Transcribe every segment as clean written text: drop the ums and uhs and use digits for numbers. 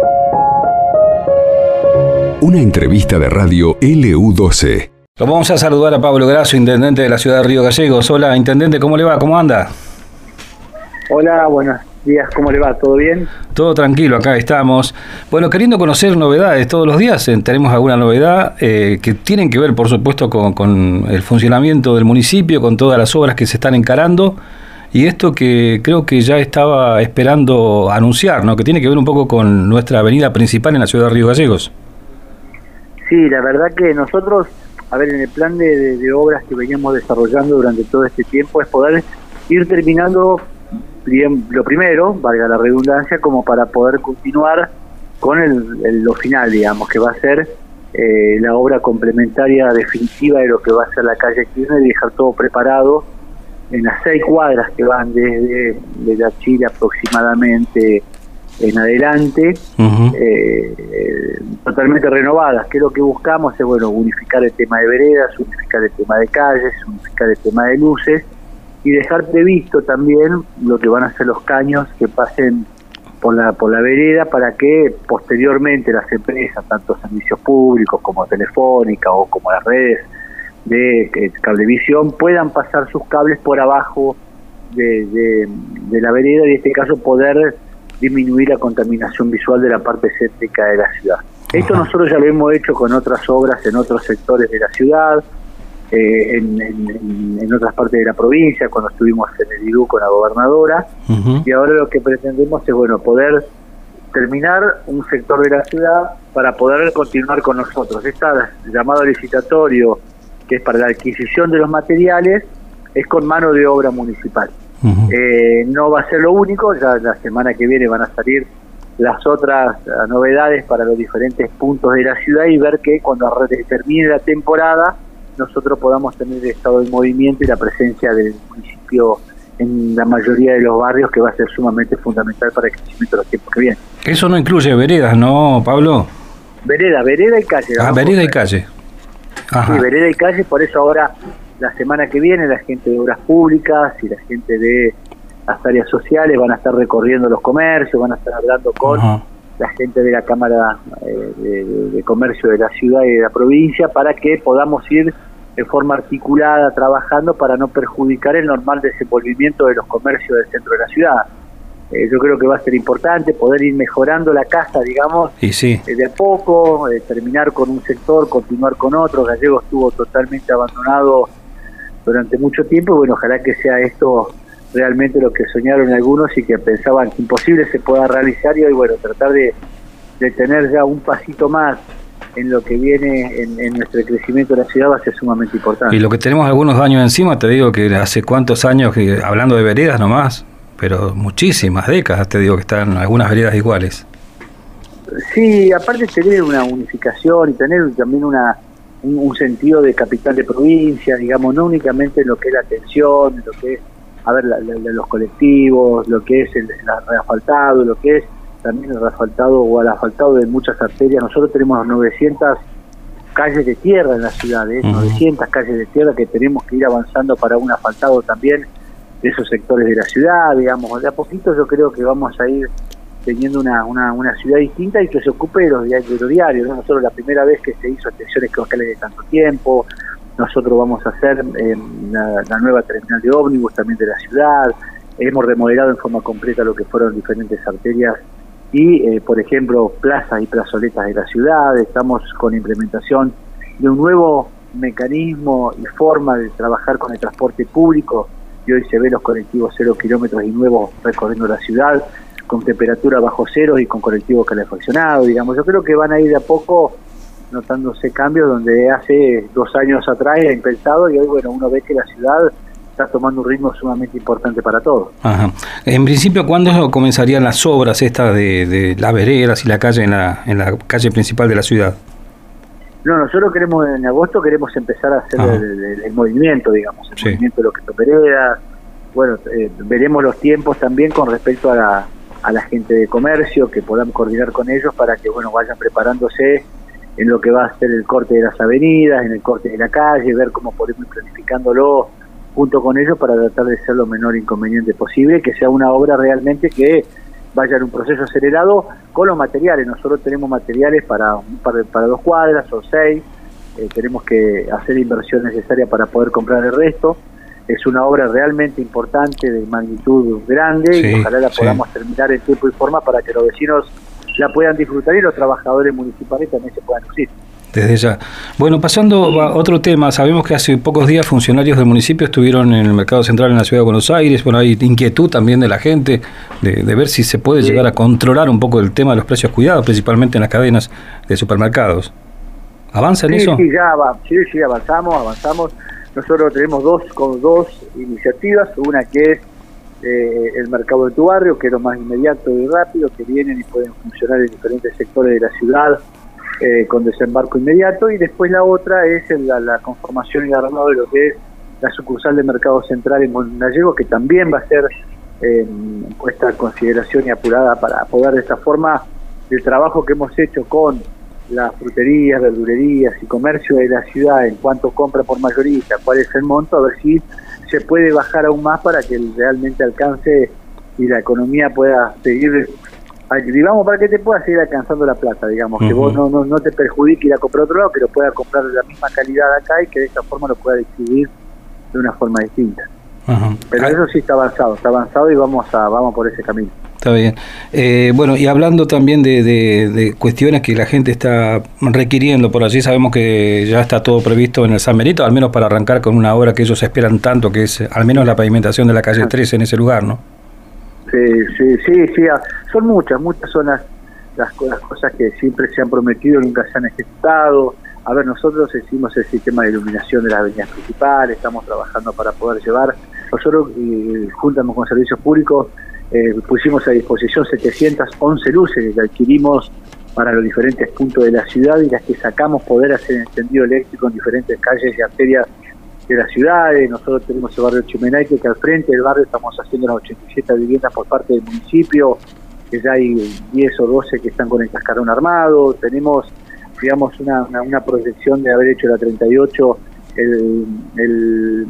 Una entrevista de radio LU12. Lo vamos a saludar a Pablo Grasso, intendente de la ciudad de Río Gallegos. Hola, intendente, ¿cómo le va? ¿Cómo anda? Hola, buenos días, ¿cómo le va? ¿Todo bien? Todo tranquilo, acá estamos. Bueno, queriendo conocer novedades todos los días, tenemos alguna novedad que tienen que ver, por supuesto, con el funcionamiento del municipio, con todas las obras que se están encarando, y esto que creo que ya estaba esperando anunciar, ¿no? Que tiene que ver un poco con nuestra avenida principal en la ciudad de Río Gallegos. Sí, la verdad que nosotros, en el plan de obras que veníamos desarrollando durante todo este tiempo es poder ir terminando lo primero, valga la redundancia, como para poder continuar con lo final, digamos, que va a ser la obra complementaria definitiva de lo que va a ser la calle Kirchner, y dejar todo preparado en las 6 cuadras que van desde la Chile aproximadamente en adelante, totalmente renovadas, que lo que buscamos es, unificar el tema de veredas, unificar el tema de calles, unificar el tema de luces, y dejar previsto también lo que van a ser los caños que pasen por la vereda, para que posteriormente las empresas, tanto servicios públicos como Telefónica o como las redes de Cablevisión, puedan pasar sus cables por abajo de la vereda, y en este caso poder disminuir la contaminación visual de la parte céntrica de la ciudad. Esto nosotros ya lo hemos hecho con otras obras en otros sectores de la ciudad, en otras partes de la provincia, cuando estuvimos en el IDU con la gobernadora, y ahora lo que pretendemos es poder terminar un sector de la ciudad para poder continuar con nosotros. Este llamado licitatorio, que es para la adquisición de los materiales, es con mano de obra municipal. No va a ser lo único, ya la semana que viene van a salir las otras novedades para los diferentes puntos de la ciudad, y ver que cuando termine la temporada nosotros podamos tener el estado de movimiento y la presencia del municipio en la mayoría de los barrios, que va a ser sumamente fundamental para el crecimiento de los tiempos que vienen. Eso no incluye veredas, ¿no, Pablo? Vereda y calle. Vereda y calle. Ajá. Sí, vereda y calle, por eso ahora la semana que viene la gente de Obras Públicas y la gente de las áreas sociales van a estar recorriendo los comercios, van a estar hablando con la gente de la Cámara de Comercio de la ciudad y de la provincia, para que podamos ir de forma articulada trabajando para no perjudicar el normal desenvolvimiento de los comercios del centro de la ciudad. Yo creo que va a ser importante poder ir mejorando la casa, digamos, de a poco, terminar con un sector, continuar con otro. Gallegos estuvo totalmente abandonado durante mucho tiempo, y ojalá que sea esto realmente lo que soñaron algunos y que pensaban que imposible se pueda realizar, y hoy tratar de tener ya un pasito más en lo que viene en nuestro crecimiento de la ciudad va a ser sumamente importante. Y lo que tenemos algunos años encima, te digo que hace cuántos años, que hablando de veredas nomás, pero muchísimas décadas, te digo que están algunas veredas iguales. Sí, aparte tener una unificación y tener también un sentido de capital de provincia, digamos, no únicamente en lo que es la atención, en lo que es los colectivos, lo que es el reasfaltado, lo que es también el reasfaltado o el asfaltado de muchas arterias. Nosotros tenemos 900 calles de tierra en la ciudad, 900 calles de tierra que tenemos que ir avanzando para un asfaltado también de esos sectores de la ciudad, digamos. De a poquito yo creo que vamos a ir teniendo una ciudad distinta y que se ocupe de los diarios, ¿no? Nosotros la primera vez que se hizo extensiones cloacales de tanto tiempo, nosotros vamos a hacer la nueva terminal de ómnibus también de la ciudad, hemos remodelado en forma completa lo que fueron diferentes arterias y, por ejemplo, plazas y plazoletas de la ciudad. Estamos con la implementación de un nuevo mecanismo y forma de trabajar con el transporte público, y hoy se ven los colectivos 0 kilómetros y nuevos recorriendo la ciudad, con temperatura bajo cero y con colectivo calefaccionado, digamos. Yo creo que van a ir de a poco notándose cambios donde hace 2 años atrás era impensado, y hoy uno ve que la ciudad está tomando un ritmo sumamente importante para todos. Ajá. En principio, ¿cuándo comenzarían las obras estas de las veredas y la calle en la calle principal de la ciudad? No, nosotros queremos, en agosto queremos empezar a hacer el movimiento, digamos, el movimiento de lo que son veredas. Veremos los tiempos también con respecto a la gente de comercio, que podamos coordinar con ellos para que vayan preparándose en lo que va a ser el corte de las avenidas, en el corte de la calle, ver cómo podemos ir planificándolo junto con ellos para tratar de ser lo menor inconveniente posible, que sea una obra realmente que vaya en un proceso acelerado con los materiales. Nosotros tenemos materiales para 2 cuadras o 6, tenemos que hacer inversión necesaria para poder comprar el resto. Es una obra realmente importante, de magnitud grande, y ojalá la podamos terminar en tiempo y forma para que los vecinos la puedan disfrutar y los trabajadores municipales también se puedan lucir. Desde ya. Bueno, pasando a otro tema, sabemos que hace pocos días funcionarios del municipio estuvieron en el Mercado Central en la Ciudad de Buenos Aires. Bueno, hay inquietud también de la gente de ver si se puede llegar a controlar un poco el tema de los precios cuidados, principalmente en las cadenas de supermercados. ¿Avanza en eso? Sí, avanzamos. Nosotros tenemos dos iniciativas, una que es el mercado de tu barrio, que es lo más inmediato y rápido, que vienen y pueden funcionar en diferentes sectores de la ciudad con desembarco inmediato, y después la otra es la conformación y armado de lo que es la sucursal de Mercado Central en Gallego, que también va a ser puesta en consideración y apurada para poder de esta forma el trabajo que hemos hecho con las fruterías, verdulerías y comercio de la ciudad en cuanto compra por mayorista, cuál es el monto, a ver si se puede bajar aún más para que realmente alcance y la economía pueda seguir, digamos, para que te pueda seguir alcanzando la plata, digamos, que vos no te perjudique ir a comprar otro lado, que lo pueda comprar de la misma calidad acá y que de esta forma lo pueda distribuir de una forma distinta. Pero eso sí está avanzado y vamos por ese camino. Está bien. Bueno, y hablando también de cuestiones que la gente está requiriendo por allí, sabemos que ya está todo previsto en el San Benito, al menos para arrancar con una obra que ellos esperan tanto, que es al menos la pavimentación de la calle 13 en ese lugar, ¿no? Sí. Son muchas son las cosas que siempre se han prometido y nunca se han ejecutado. A ver, nosotros hicimos el sistema de iluminación de las avenidas principales, estamos trabajando para poder llevar. Nosotros, juntamos con servicios públicos, pusimos a disposición 711 luces que adquirimos para los diferentes puntos de la ciudad y las que sacamos poder hacer encendido eléctrico en diferentes calles y arterias de las ciudades. Nosotros tenemos el barrio Chimenaique, que al frente del barrio estamos haciendo las 87 viviendas por parte del municipio, que ya hay 10 o 12 que están con el cascarón armado. Tenemos, digamos, una proyección de haber hecho la 38, el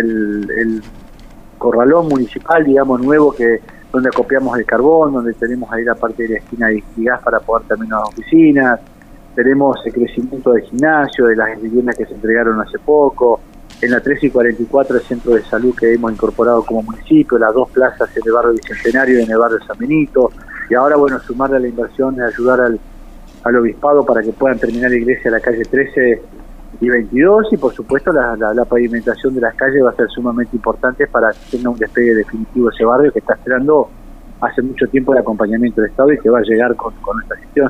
corralón municipal, digamos, nuevo, donde acopiamos el carbón, donde tenemos ahí la parte de la esquina de gas para poder terminar las oficinas. Tenemos el crecimiento del gimnasio, de las viviendas que se entregaron hace poco. En la 13 y 44 el centro de salud que hemos incorporado como municipio, las 2 plazas en el barrio Bicentenario y en el barrio San Benito. Y ahora, bueno, sumarle a la inversión de ayudar al obispado para que puedan terminar la iglesia en la calle 13 y 22, y por supuesto la pavimentación de las calles va a ser sumamente importante para que tenga un despegue definitivo ese barrio que está esperando hace mucho tiempo el acompañamiento del Estado y que va a llegar con esta gestión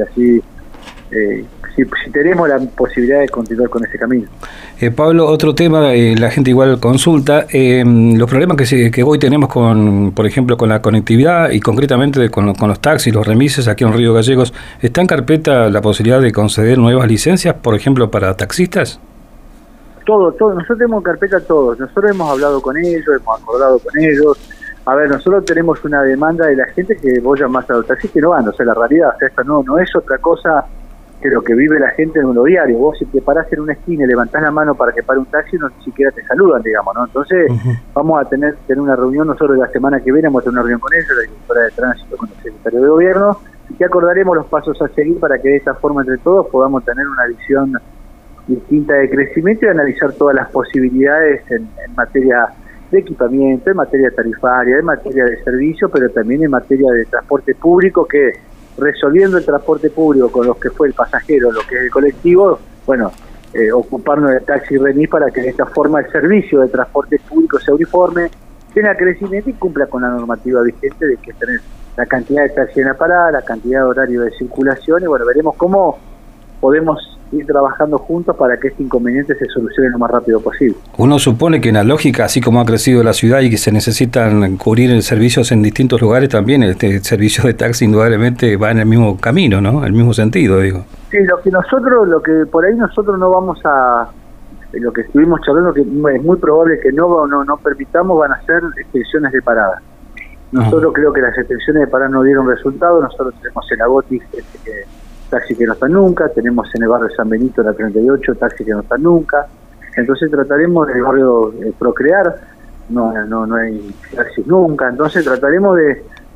si tenemos la posibilidad de continuar con ese camino. Pablo, otro tema, la gente igual consulta, los problemas que hoy tenemos por ejemplo, con la conectividad y concretamente con los taxis, los remises aquí en Río Gallegos, ¿está en carpeta la posibilidad de conceder nuevas licencias, por ejemplo, para taxistas? Todo, nosotros tenemos en carpeta todos, nosotros hemos hablado con ellos, hemos acordado con ellos. A ver, nosotros tenemos una demanda de la gente que vos llamás a los taxis que no van, o sea, la realidad, o sea, esto no es otra cosa que lo que vive la gente en lo diario. Vos si te parás en una esquina y levantás la mano para que pare un taxi, no ni siquiera te saludan, digamos, ¿no? Entonces vamos a tener una reunión nosotros la semana que viene, vamos a tener una reunión con ellos, la directora de tránsito con el secretario de gobierno, y acordaremos los pasos a seguir para que de esta forma entre todos podamos tener una visión distinta de crecimiento y analizar todas las posibilidades en materia de equipamiento, en materia tarifaria, en materia de servicio, pero también en materia de transporte público, que resolviendo el transporte público con los que fue el pasajero, lo que es el colectivo, bueno, ocuparnos del taxi remis para que de esta forma el servicio de transporte público sea uniforme, tenga crecimiento y cumpla con la normativa vigente de que tener la cantidad de taxis en la parada, la cantidad de horario de circulación, y bueno, veremos cómo podemos ir trabajando juntos para que este inconveniente se solucione lo más rápido posible. Uno supone que en la lógica, así como ha crecido la ciudad y que se necesitan cubrir servicios en distintos lugares, también este servicio de taxi indudablemente va en el mismo camino, ¿no? El mismo sentido, digo. Sí, lo que por ahí nosotros no vamos a, lo que estuvimos charlando, que es muy probable que no permitamos, van a ser extensiones de parada. Nosotros creo que las extensiones de parada no dieron resultado. Nosotros tenemos en Agotis taxi que no están nunca, tenemos en el barrio San Benito, la 38, taxi que no están nunca. Entonces trataremos en el barrio Procrear, no hay taxis nunca. Entonces trataremos de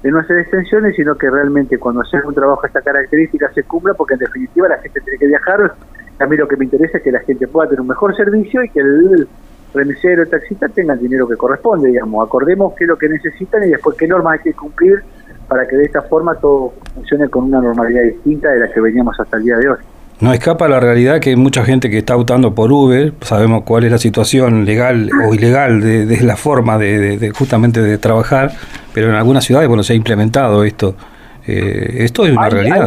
no hacer extensiones, sino que realmente cuando se haga un trabajo de esta característica se cumpla, porque en definitiva la gente tiene que viajar. A mí lo que me interesa es que la gente pueda tener un mejor servicio y que el remisero, el taxista tenga el dinero que corresponde, digamos. Acordemos qué es lo que necesitan y después qué normas hay que cumplir para que de esta forma todo funcione con una normalidad distinta de la que veníamos hasta el día de hoy. No escapa la realidad que hay mucha gente que está optando por Uber. Sabemos cuál es la situación legal o ilegal de la forma de justamente de trabajar, pero en algunas ciudades, bueno, se ha implementado esto. Esto es una realidad.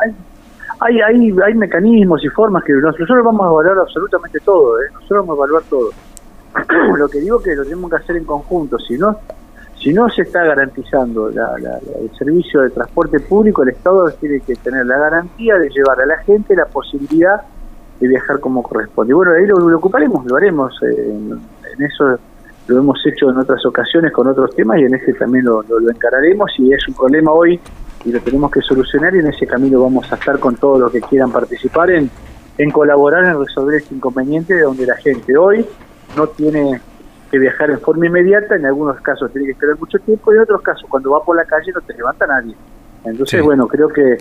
Hay mecanismos y formas que nosotros vamos a evaluar absolutamente todo, nosotros vamos a evaluar todo. Lo que digo es que lo tenemos que hacer en conjunto. Si no se está garantizando el servicio de transporte público, el Estado tiene que tener la garantía de llevar a la gente la posibilidad de viajar como corresponde. Y bueno, ahí lo ocuparemos, lo haremos. En eso lo hemos hecho en otras ocasiones con otros temas y en ese también lo encararemos. Y es un problema hoy y lo tenemos que solucionar, y en ese camino vamos a estar con todos los que quieran participar en colaborar en resolver este inconveniente de donde la gente hoy no tiene que viajar en forma inmediata, en algunos casos tiene que esperar mucho tiempo y en otros casos cuando va por la calle no te levanta nadie. Entonces, sí. Bueno, creo que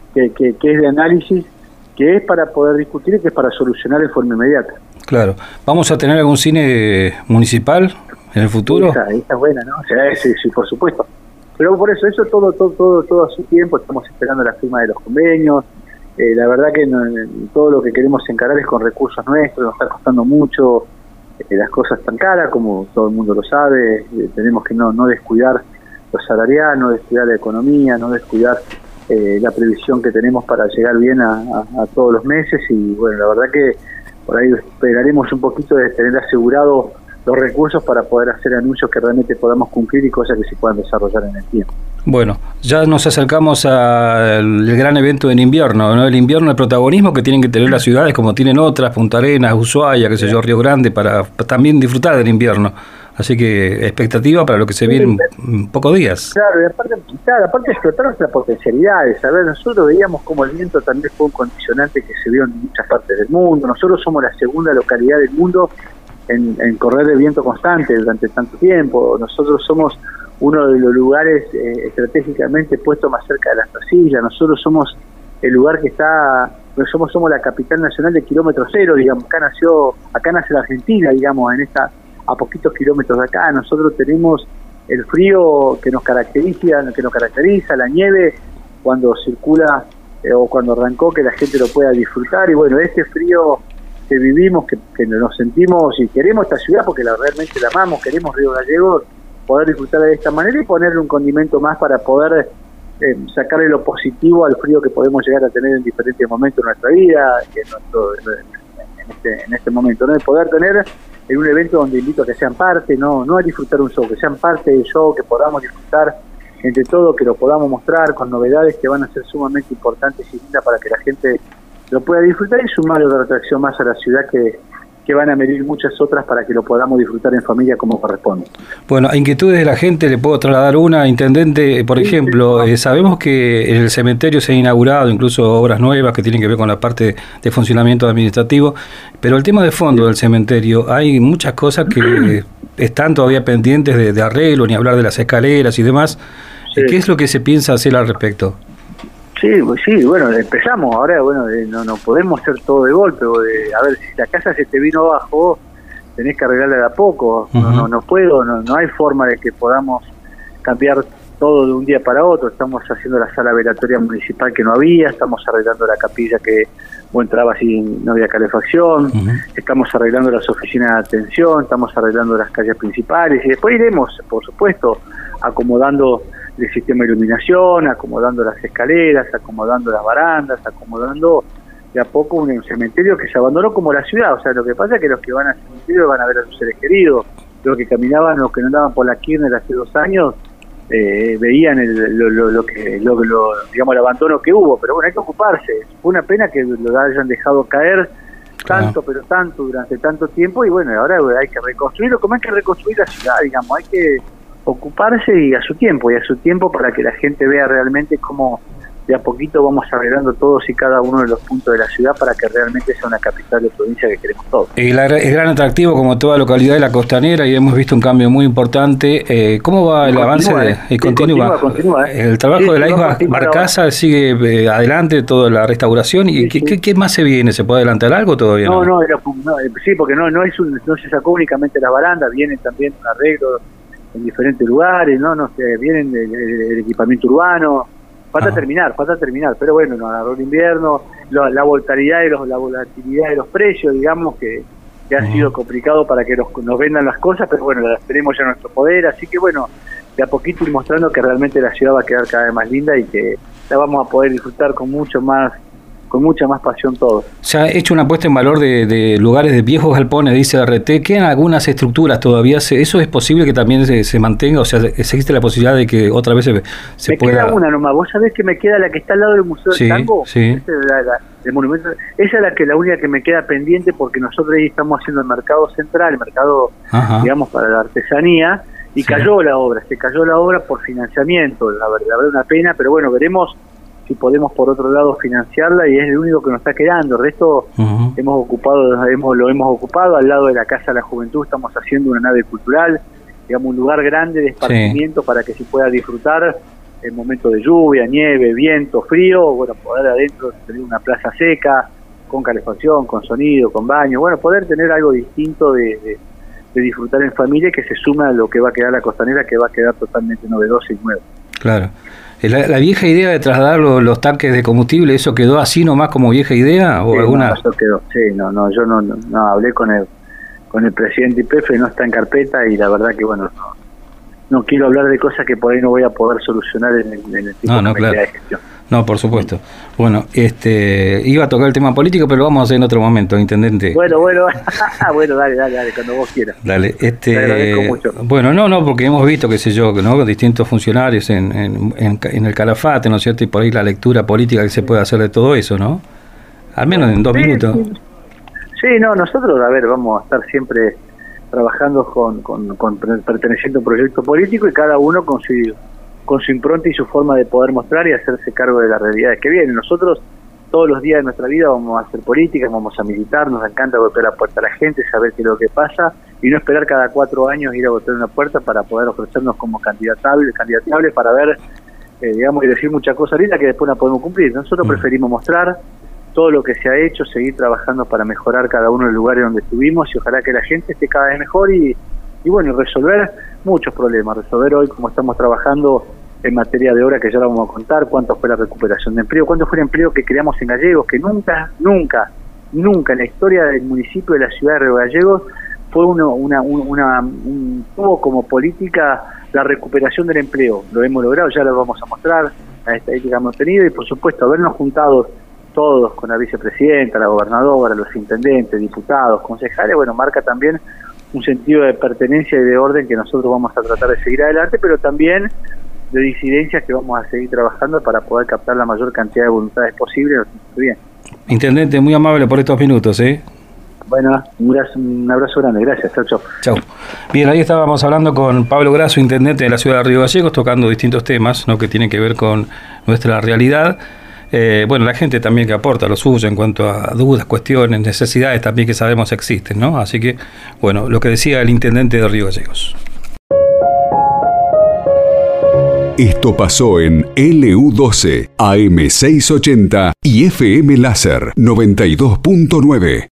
es de análisis, que es para poder discutir y que es para solucionar en forma inmediata. Claro. ¿Vamos a tener algún cine municipal en el futuro? Esa es buena, ¿no? O sea, sí, por supuesto. Pero por eso todo a su tiempo, estamos esperando la firma de los convenios. La verdad que todo lo que queremos encarar es con recursos nuestros, nos está costando mucho. Las cosas tan caras, como todo el mundo lo sabe. Tenemos que no descuidar lo salarial, no descuidar la economía, no descuidar la previsión que tenemos para llegar bien a todos los meses. Y bueno, la verdad que por ahí esperaremos un poquito de tener asegurado los recursos para poder hacer anuncios que realmente podamos cumplir y cosas que se puedan desarrollar en el tiempo. Bueno, ya nos acercamos al gran evento en invierno, ¿no? El invierno, el protagonismo que tienen que tener las ciudades como tienen otras, Punta Arenas, Ushuaia, qué sé yo, Río Grande, para también disfrutar del invierno. Así que expectativa para lo que se viene en pocos días. Claro, y aparte explotar nuestras potencialidades. A ver, nosotros veíamos como el viento también fue un condicionante que se vio en muchas partes del mundo. Nosotros somos la segunda localidad del mundo en correr de viento constante durante tanto tiempo. Nosotros somos uno de los lugares estratégicamente puestos más cerca de las Pasillas. Nosotros somos el lugar que está, somos la capital nacional de kilómetro cero, digamos. Acá nace la Argentina, digamos, a poquitos kilómetros de acá. Nosotros tenemos el frío que nos caracteriza, la nieve cuando circula o cuando arrancó, que la gente lo pueda disfrutar. Y bueno, este frío que vivimos, que nos sentimos y queremos esta ciudad porque realmente la amamos, queremos Río Gallegos, poder disfrutarla de esta manera y ponerle un condimento más para poder sacarle lo positivo al frío que podemos llegar a tener en diferentes momentos de nuestra vida, en este momento, ¿no? De poder tener en un evento donde invito a que sean parte, no a disfrutar un show, que sean parte del show, que podamos disfrutar entre todo, que lo podamos mostrar con novedades que van a ser sumamente importantes y lindas para que la gente lo pueda disfrutar y sumar otra atracción más a la ciudad que van a medir muchas otras para que lo podamos disfrutar en familia como corresponde. Bueno, a inquietudes de la gente le puedo trasladar una, intendente, por ejemplo, sabemos que en el cementerio se han inaugurado incluso obras nuevas que tienen que ver con la parte de funcionamiento administrativo, pero el tema de fondo del cementerio, hay muchas cosas que están todavía pendientes de arreglo, ni hablar de las escaleras y demás. Sí. ¿Qué es lo que se piensa hacer al respecto? Sí, bueno, empezamos. Ahora, bueno, no podemos hacer todo de golpe. A ver, si la casa se te vino abajo, tenés que arreglarla de a poco. Uh-huh. No hay forma de que podamos cambiar todo de un día para otro. Estamos haciendo la sala velatoria municipal que no había, estamos arreglando la capilla que entraba sin no había calefacción, uh-huh. Estamos arreglando las oficinas de atención, estamos arreglando las calles principales y después iremos, por supuesto, acomodando el sistema de iluminación, acomodando las escaleras, acomodando las barandas, acomodando de a poco un cementerio que se abandonó como la ciudad. O sea, lo que pasa es que los que van al cementerio van a ver a sus seres queridos, los que caminaban, los que no andaban por la Kirchner hace 2 años, veían digamos el abandono que hubo, pero bueno, hay que ocuparse. Fue una pena que lo hayan dejado caer tanto, pero tanto, durante tanto tiempo, y bueno, ahora hay que reconstruirlo, como hay que reconstruir la ciudad, digamos, hay que ocuparse y a su tiempo para que la gente vea realmente cómo de a poquito vamos arreglando todos y cada uno de los puntos de la ciudad para que realmente sea una capital de provincia que queremos todos. El gran atractivo, como toda localidad de la costanera, y hemos visto un cambio muy importante. ¿Cómo va el avance? Continúa. El trabajo de la isla Barcaza sigue adelante, toda la restauración. ¿Y qué más se viene? ¿Se puede adelantar algo todavía? No, sí, porque no se sacó únicamente las barandas, vienen también un arreglo en diferentes lugares, no vienen el equipamiento urbano. Falta terminar, pero bueno, nos agarró el invierno, la volatilidad de los precios, digamos, que ha sido complicado para que nos vendan las cosas, pero bueno, las tenemos ya en nuestro poder, así que bueno, de a poquito ir mostrando que realmente la ciudad va a quedar cada vez más linda y que la vamos a poder disfrutar con mucha más pasión todos. Se ha hecho una puesta en valor de lugares de viejos galpones, dice RT, quedan algunas estructuras todavía. ¿Eso es posible que también se mantenga? O sea, ¿existe la posibilidad de que otra vez se pueda...? Me queda una nomás. ¿Vos sabés que me queda la que está al lado del Museo del Tango? Sí. El monumento. Esa es la única que me queda pendiente, porque nosotros ahí estamos haciendo el mercado central, el mercado, digamos, para la artesanía, y se cayó la obra por financiamiento. La verdad, una pena, pero bueno, veremos si podemos por otro lado financiarla, y es el único que nos está quedando. El resto lo hemos ocupado al lado de la Casa de la Juventud. Estamos haciendo una nave cultural, digamos, un lugar grande de esparcimiento para que se pueda disfrutar en momentos de lluvia, nieve, viento, frío. Bueno, poder adentro tener una plaza seca, con calefacción, con sonido, con baño. Bueno, poder tener algo distinto de disfrutar en familia, que se suma a lo que va a quedar la costanera, que va a quedar totalmente novedosa y nueva. Claro. La vieja idea de trasladar los tanques de combustible, ¿eso quedó así nomás como vieja idea? ¿O alguna? No, eso quedó. Sí, yo no hablé con el presidente YPF, no está en carpeta, y la verdad que bueno, no quiero hablar de cosas que por ahí no voy a poder solucionar en el tiempo que me queda de gestión. No, por supuesto. Bueno, iba a tocar el tema político, pero lo vamos a hacer en otro momento, intendente. Bueno, dale, cuando vos quieras. Dale, te agradezco mucho. Bueno, no, porque hemos visto, qué sé yo, ¿no? Distintos funcionarios en el Calafate, ¿no es cierto? Y por ahí la lectura política que se puede hacer de todo eso, ¿no? Al menos en 2 minutos. Sí, nosotros, vamos a estar siempre trabajando con perteneciendo a un proyecto político, y cada uno con su impronta y su forma de poder mostrar y hacerse cargo de las realidades que vienen. Nosotros todos los días de nuestra vida vamos a hacer política, vamos a militar, nos encanta golpear la puerta a la gente, saber qué es lo que pasa, y no esperar cada 4 años ir a golpear una puerta para poder ofrecernos como candidatables para ver, digamos, y decir muchas cosas lindas que después no podemos cumplir. Nosotros preferimos mostrar todo lo que se ha hecho, seguir trabajando para mejorar cada uno de los lugares donde estuvimos, y ojalá que la gente esté cada vez mejor y bueno, resolver muchos problemas, resolver hoy como estamos trabajando en materia de obra, que ya lo vamos a contar, cuánto fue la recuperación de empleo, cuánto fue el empleo que creamos en Gallegos, que nunca en la historia del municipio de la ciudad de Río Gallegos fue tuvo como política la recuperación del empleo. Lo hemos logrado, ya lo vamos a mostrar, la estadística que hemos tenido, y por supuesto habernos juntado todos con la vicepresidenta, la gobernadora, los intendentes, diputados, concejales, bueno, marca también un sentido de pertenencia y de orden que nosotros vamos a tratar de seguir adelante, pero también de disidencias que vamos a seguir trabajando para poder captar la mayor cantidad de voluntades posible. Bien. Intendente, muy amable por estos minutos, ¿eh? Bueno, un abrazo grande, gracias, chau. Chau. Bien, ahí estábamos hablando con Pablo Grasso, intendente de la ciudad de Río Gallegos, tocando distintos temas, ¿no?, que tienen que ver con nuestra realidad. Bueno, la gente también que aporta lo suyo en cuanto a dudas, cuestiones, necesidades también que sabemos existen, ¿no? Así que, bueno, lo que decía el intendente de Río Gallegos. Esto pasó en LU12, AM680 y FM Láser 92.9.